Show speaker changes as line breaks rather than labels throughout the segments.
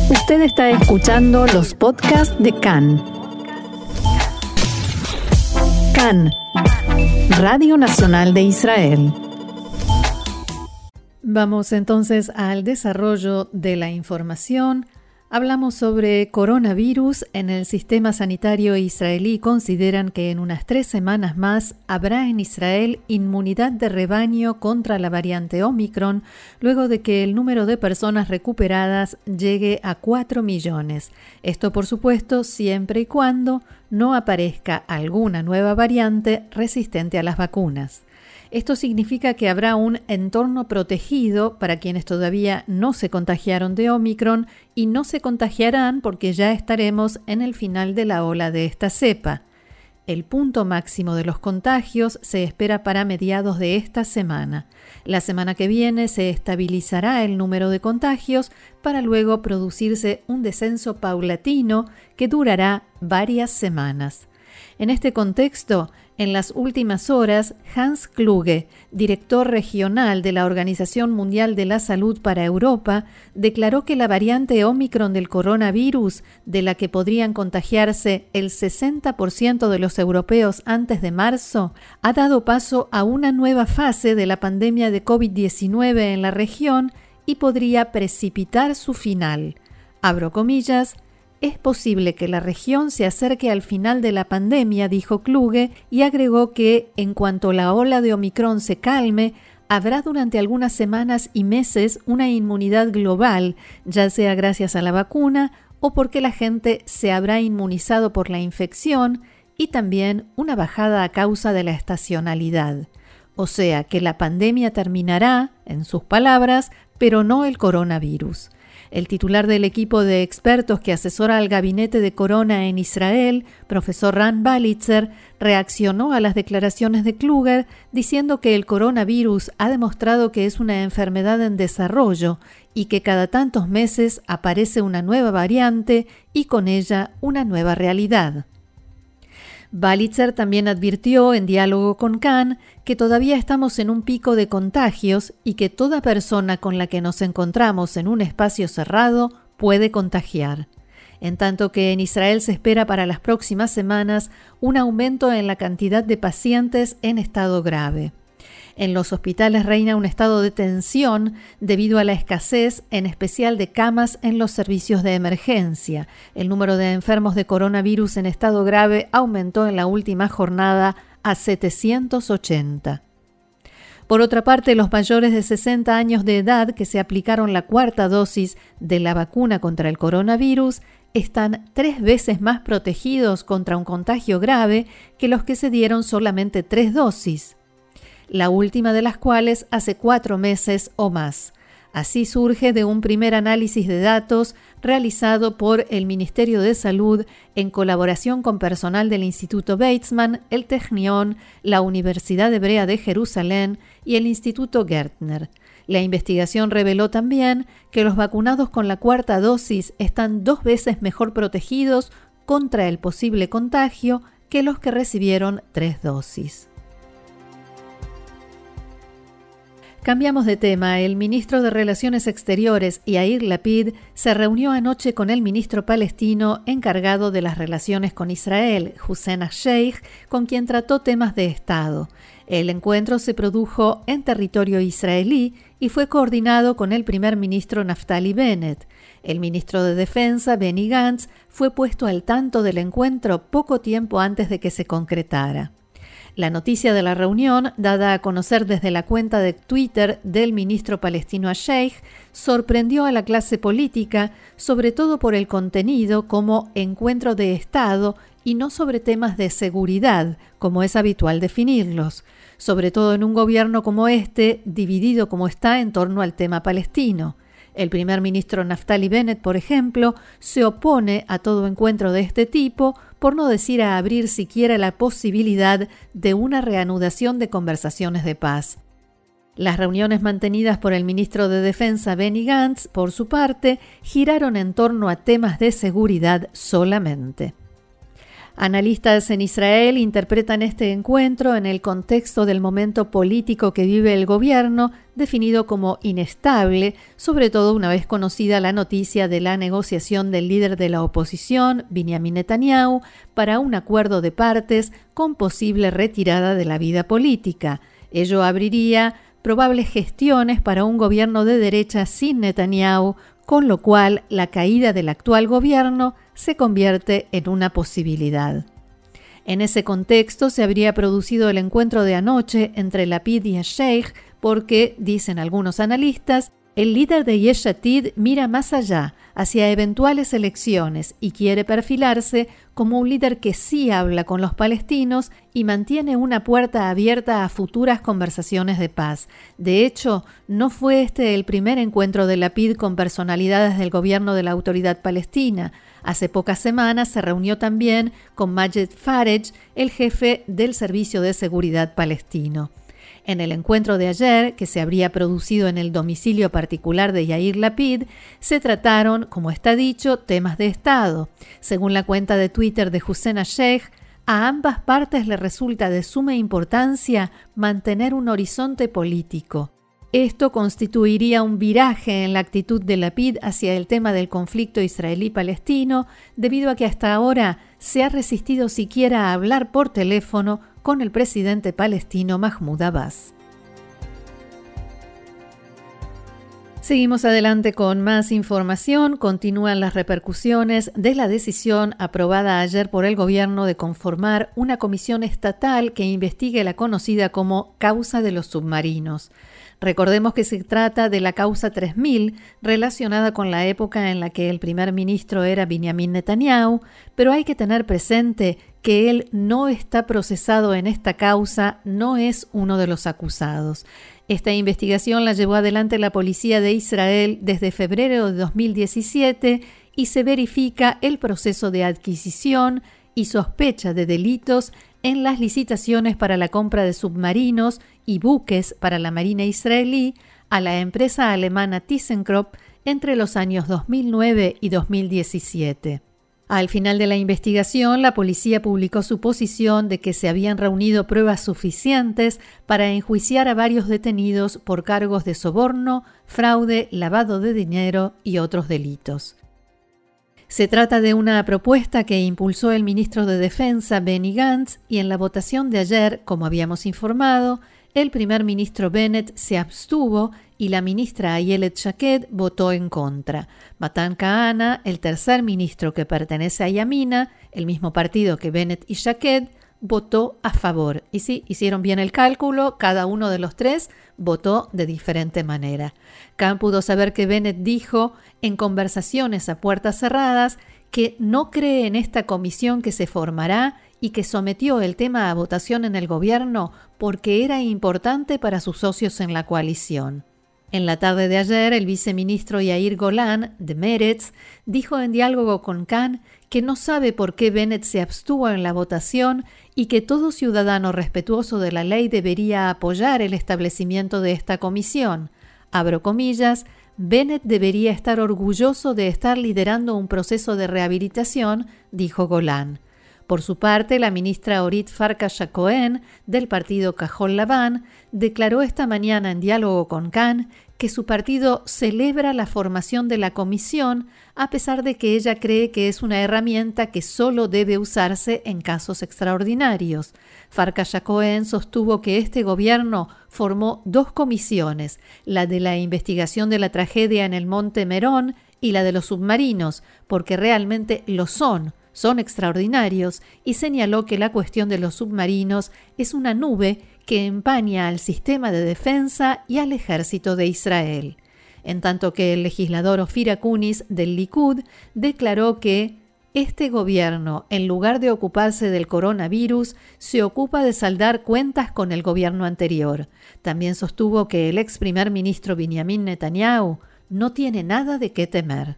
Usted está escuchando los podcasts de CAN. CAN, Radio Nacional de Israel. Vamos entonces al desarrollo de la información. Hablamos sobre coronavirus. En el sistema sanitario israelí consideran que en unas 3 semanas más habrá en Israel inmunidad de rebaño contra la variante Omicron, luego de que el número de personas recuperadas llegue a 4 millones. Esto, por supuesto, siempre y cuando no aparezca alguna nueva variante resistente a las vacunas. Esto significa que habrá un entorno protegido para quienes todavía no se contagiaron de Omicron y no se contagiarán porque ya estaremos en el final de la ola de esta cepa. El punto máximo de los contagios se espera para mediados de esta semana. La semana que viene se estabilizará el número de contagios para luego producirse un descenso paulatino que durará varias semanas. En este contexto, en las últimas horas, Hans Kluge, director regional de la Organización Mundial de la Salud para Europa, declaró que la variante Omicron del coronavirus, de la que podrían contagiarse el 60% de los europeos antes de marzo, ha dado paso a una nueva fase de la pandemia de COVID-19 en la región y podría precipitar su final. Abro comillas. Es posible que la región se acerque al final de la pandemia, dijo Kluge, y agregó que, en cuanto la ola de Omicron se calme, habrá durante algunas semanas y meses una inmunidad global, ya sea gracias a la vacuna o porque la gente se habrá inmunizado por la infección, y también una bajada a causa de la estacionalidad. O sea que la pandemia terminará, en sus palabras, pero no el coronavirus. El titular del equipo de expertos que asesora al gabinete de Corona en Israel, profesor Ran Balitzer, reaccionó a las declaraciones de Kluge diciendo que el coronavirus ha demostrado que es una enfermedad en desarrollo y que cada tantos meses aparece una nueva variante y con ella una nueva realidad. Balitzer también advirtió en diálogo con CAN que todavía estamos en un pico de contagios y que toda persona con la que nos encontramos en un espacio cerrado puede contagiar. En tanto que en Israel se espera para las próximas semanas un aumento en la cantidad de pacientes en estado grave. En los hospitales reina un estado de tensión debido a la escasez, en especial de camas en los servicios de emergencia. El número de enfermos de coronavirus en estado grave aumentó en la última jornada a 780. Por otra parte, los mayores de 60 años de edad que se aplicaron la 4ª dosis de la vacuna contra el coronavirus están 3 veces más protegidos contra un contagio grave que los que se dieron solamente 3 dosis. La última de las cuales hace 4 meses o más. Así surge de un primer análisis de datos realizado por el Ministerio de Salud en colaboración con personal del Instituto Weizmann, el Technion, la Universidad Hebrea de Jerusalén y el Instituto Gertner. La investigación reveló también que los vacunados con la 4ª dosis están 2 veces mejor protegidos contra el posible contagio que los que recibieron 3 dosis. Cambiamos de tema. El ministro de Relaciones Exteriores, Yair Lapid, se reunió anoche con el ministro palestino encargado de las relaciones con Israel, Hussein al-Sheikh, con quien trató temas de Estado. El encuentro se produjo en territorio israelí y fue coordinado con el primer ministro Naftali Bennett. El ministro de Defensa, Benny Gantz, fue puesto al tanto del encuentro poco tiempo antes de que se concretara. La noticia de la reunión, dada a conocer desde la cuenta de Twitter del ministro palestino al-Sheikh, sorprendió a la clase política, sobre todo por el contenido como encuentro de Estado y no sobre temas de seguridad, como es habitual definirlos, sobre todo en un gobierno como este, dividido como está en torno al tema palestino. El primer ministro Naftali Bennett, por ejemplo, se opone a todo encuentro de este tipo, por no decir a abrir siquiera la posibilidad de una reanudación de conversaciones de paz. Las reuniones mantenidas por el ministro de Defensa Benny Gantz, por su parte, giraron en torno a temas de seguridad solamente. Analistas en Israel interpretan este encuentro en el contexto del momento político que vive el gobierno, definido como inestable, sobre todo una vez conocida la noticia de la negociación del líder de la oposición, Benjamin Netanyahu, para un acuerdo de partes con posible retirada de la vida política. Ello abriría probables gestiones para un gobierno de derecha sin Netanyahu, con lo cual la caída del actual gobierno se convierte en una posibilidad. En ese contexto se habría producido el encuentro de anoche entre Lapid y el Sheikh porque, dicen algunos analistas, el líder de Yesh Atid mira más allá, hacia eventuales elecciones, y quiere perfilarse como un líder que sí habla con los palestinos y mantiene una puerta abierta a futuras conversaciones de paz. De hecho, no fue este el primer encuentro de Lapid con personalidades del gobierno de la Autoridad Palestina. Hace pocas semanas se reunió también con Majed Farej, el jefe del Servicio de Seguridad palestino. En el encuentro de ayer, que se habría producido en el domicilio particular de Yair Lapid, se trataron, como está dicho, temas de Estado. Según la cuenta de Twitter de Hussein Sheikh, a ambas partes le resulta de suma importancia mantener un horizonte político. Esto constituiría un viraje en la actitud de Lapid hacia el tema del conflicto israelí-palestino, debido a que hasta ahora se ha resistido siquiera a hablar por teléfono con el presidente palestino Mahmoud Abbas. Seguimos adelante con más información. Continúan las repercusiones de la decisión aprobada ayer por el gobierno de conformar una comisión estatal que investigue la conocida como causa de los submarinos. Recordemos que se trata de la causa 3000, relacionada con la época en la que el primer ministro era Benjamin Netanyahu, pero hay que tener presente que él no está procesado en esta causa, no es uno de los acusados. Esta investigación la llevó adelante la policía de Israel desde febrero de 2017 y se verifica el proceso de adquisición y sospecha de delitos en las licitaciones para la compra de submarinos y buques para la Marina israelí a la empresa alemana ThyssenKrupp entre los años 2009 y 2017. Al final de la investigación, la policía publicó su posición de que se habían reunido pruebas suficientes para enjuiciar a varios detenidos por cargos de soborno, fraude, lavado de dinero y otros delitos. Se trata de una propuesta que impulsó el ministro de Defensa Benny Gantz y en la votación de ayer, como habíamos informado, el primer ministro Bennett se abstuvo y la ministra Ayelet Shaked votó en contra. Matan Kahana, el tercer ministro que pertenece a Yamina, el mismo partido que Bennett y Shaked, votó a favor. Y sí, hicieron bien el cálculo, cada uno de los tres votó de diferente manera. Khan pudo saber que Bennett dijo en conversaciones a puertas cerradas que no cree en esta comisión que se formará y que sometió el tema a votación en el gobierno porque era importante para sus socios en la coalición. En la tarde de ayer, el viceministro Yair Golan, de Meretz, dijo en diálogo con Khan que no sabe por qué Bennett se abstuvo en la votación y que todo ciudadano respetuoso de la ley debería apoyar el establecimiento de esta comisión. Abro comillas, Bennett debería estar orgulloso de estar liderando un proceso de rehabilitación, dijo Golan. Por su parte, la ministra Orit Farkas-Cohen, del partido Cajol Laván, declaró esta mañana en diálogo con Khan que su partido celebra la formación de la comisión, a pesar de que ella cree que es una herramienta que solo debe usarse en casos extraordinarios. Farkas-Cohen sostuvo que este gobierno formó dos comisiones, la de la investigación de la tragedia en el Monte Merón y la de los submarinos, porque realmente lo son extraordinarios, y señaló que la cuestión de los submarinos es una nube que empaña al sistema de defensa y al ejército de Israel. En tanto que el legislador Ofir Akunis del Likud declaró que este gobierno, en lugar de ocuparse del coronavirus, se ocupa de saldar cuentas con el gobierno anterior. También sostuvo que el ex primer ministro Benjamin Netanyahu no tiene nada de qué temer.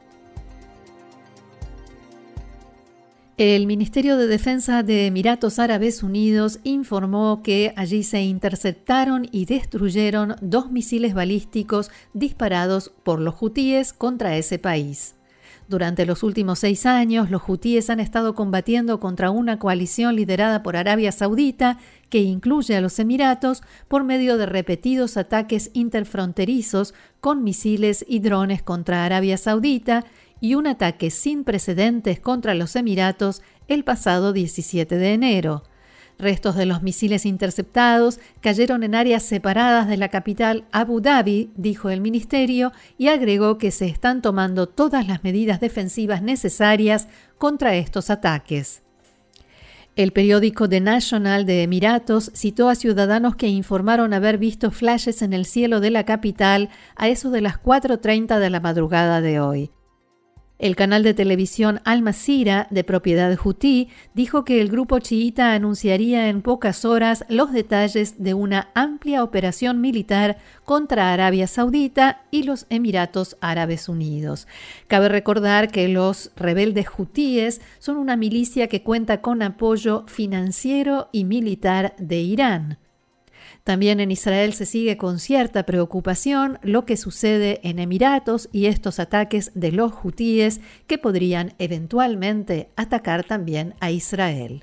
El Ministerio de Defensa de Emiratos Árabes Unidos informó que allí se interceptaron y destruyeron 2 misiles balísticos disparados por los hutíes contra ese país. Durante los últimos 6 años, los hutíes han estado combatiendo contra una coalición liderada por Arabia Saudita, que incluye a los Emiratos, por medio de repetidos ataques interfronterizos con misiles y drones contra Arabia Saudita y un ataque sin precedentes contra los Emiratos el pasado 17 de enero. Restos de los misiles interceptados cayeron en áreas separadas de la capital Abu Dhabi, dijo el ministerio, y agregó que se están tomando todas las medidas defensivas necesarias contra estos ataques. El periódico The National de Emiratos citó a ciudadanos que informaron haber visto flashes en el cielo de la capital a eso de las 4:30 de la madrugada de hoy. El canal de televisión Al Masira, de propiedad hutí, dijo que el grupo chiita anunciaría en pocas horas los detalles de una amplia operación militar contra Arabia Saudita y los Emiratos Árabes Unidos. Cabe recordar que los rebeldes hutíes son una milicia que cuenta con apoyo financiero y militar de Irán. También en Israel se sigue con cierta preocupación lo que sucede en Emiratos y estos ataques de los hutíes que podrían eventualmente atacar también a Israel.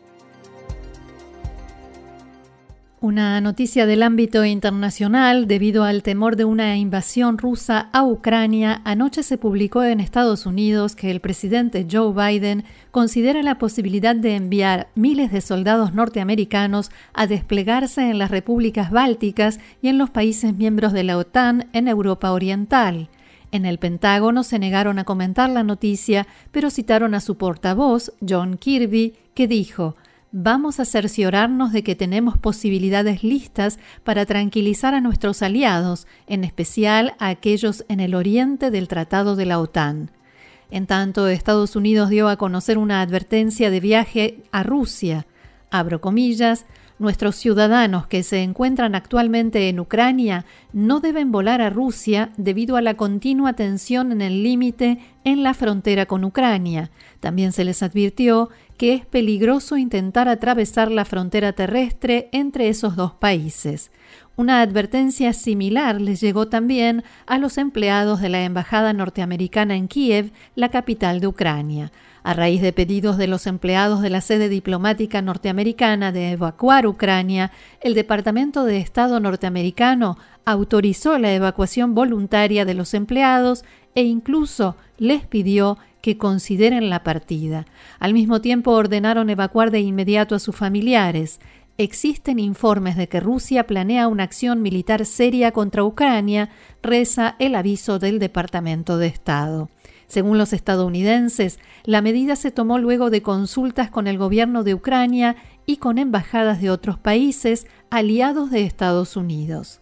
Una noticia del ámbito internacional: debido al temor de una invasión rusa a Ucrania, anoche se publicó en Estados Unidos que el presidente Joe Biden considera la posibilidad de enviar miles de soldados norteamericanos a desplegarse en las repúblicas bálticas y en los países miembros de la OTAN en Europa Oriental. En el Pentágono se negaron a comentar la noticia, pero citaron a su portavoz, John Kirby, que dijo: «Vamos a cerciorarnos de que tenemos posibilidades listas para tranquilizar a nuestros aliados, en especial a aquellos en el oriente del Tratado de la OTAN». En tanto, Estados Unidos dio a conocer una advertencia de viaje a Rusia. Abro comillas: «Nuestros ciudadanos que se encuentran actualmente en Ucrania no deben volar a Rusia debido a la continua tensión en el límite en la frontera con Ucrania». También se les advirtió que es peligroso intentar atravesar la frontera terrestre entre esos dos países. Una advertencia similar les llegó también a los empleados de la Embajada norteamericana en Kiev, la capital de Ucrania. A raíz de pedidos de los empleados de la sede diplomática norteamericana de evacuar Ucrania, el Departamento de Estado norteamericano autorizó la evacuación voluntaria de los empleados e incluso les pidió que consideren la partida. Al mismo tiempo ordenaron evacuar de inmediato a sus familiares. Existen informes de que Rusia planea una acción militar seria contra Ucrania, reza el aviso del Departamento de Estado. Según los estadounidenses, la medida se tomó luego de consultas con el gobierno de Ucrania y con embajadas de otros países aliados de Estados Unidos.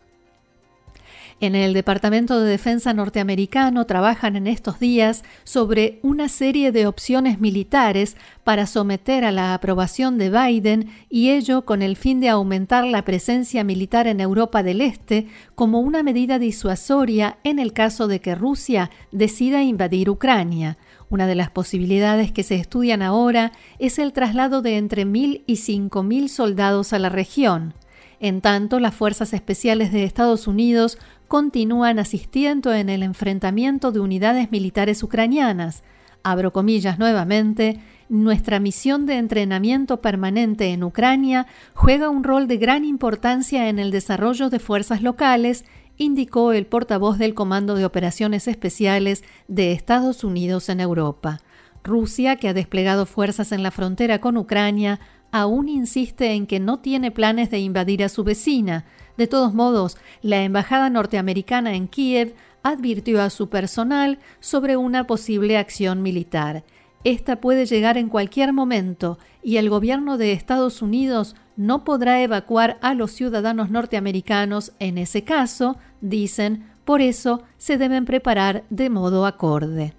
En el Departamento de Defensa norteamericano trabajan en estos días sobre una serie de opciones militares para someter a la aprobación de Biden, y ello con el fin de aumentar la presencia militar en Europa del Este como una medida disuasoria en el caso de que Rusia decida invadir Ucrania. Una de las posibilidades que se estudian ahora es el traslado de entre 1.000 y 5.000 soldados a la región. En tanto, las fuerzas especiales de Estados Unidos continúan asistiendo en el enfrentamiento de unidades militares ucranianas. Abro comillas nuevamente: «Nuestra misión de entrenamiento permanente en Ucrania juega un rol de gran importancia en el desarrollo de fuerzas locales», indicó el portavoz del Comando de Operaciones Especiales de Estados Unidos en Europa. Rusia, que ha desplegado fuerzas en la frontera con Ucrania, aún insiste en que no tiene planes de invadir a su vecina. De todos modos, la embajada norteamericana en Kiev advirtió a su personal sobre una posible acción militar. Esta puede llegar en cualquier momento y el gobierno de Estados Unidos no podrá evacuar a los ciudadanos norteamericanos en ese caso, dicen, por eso se deben preparar de modo acorde.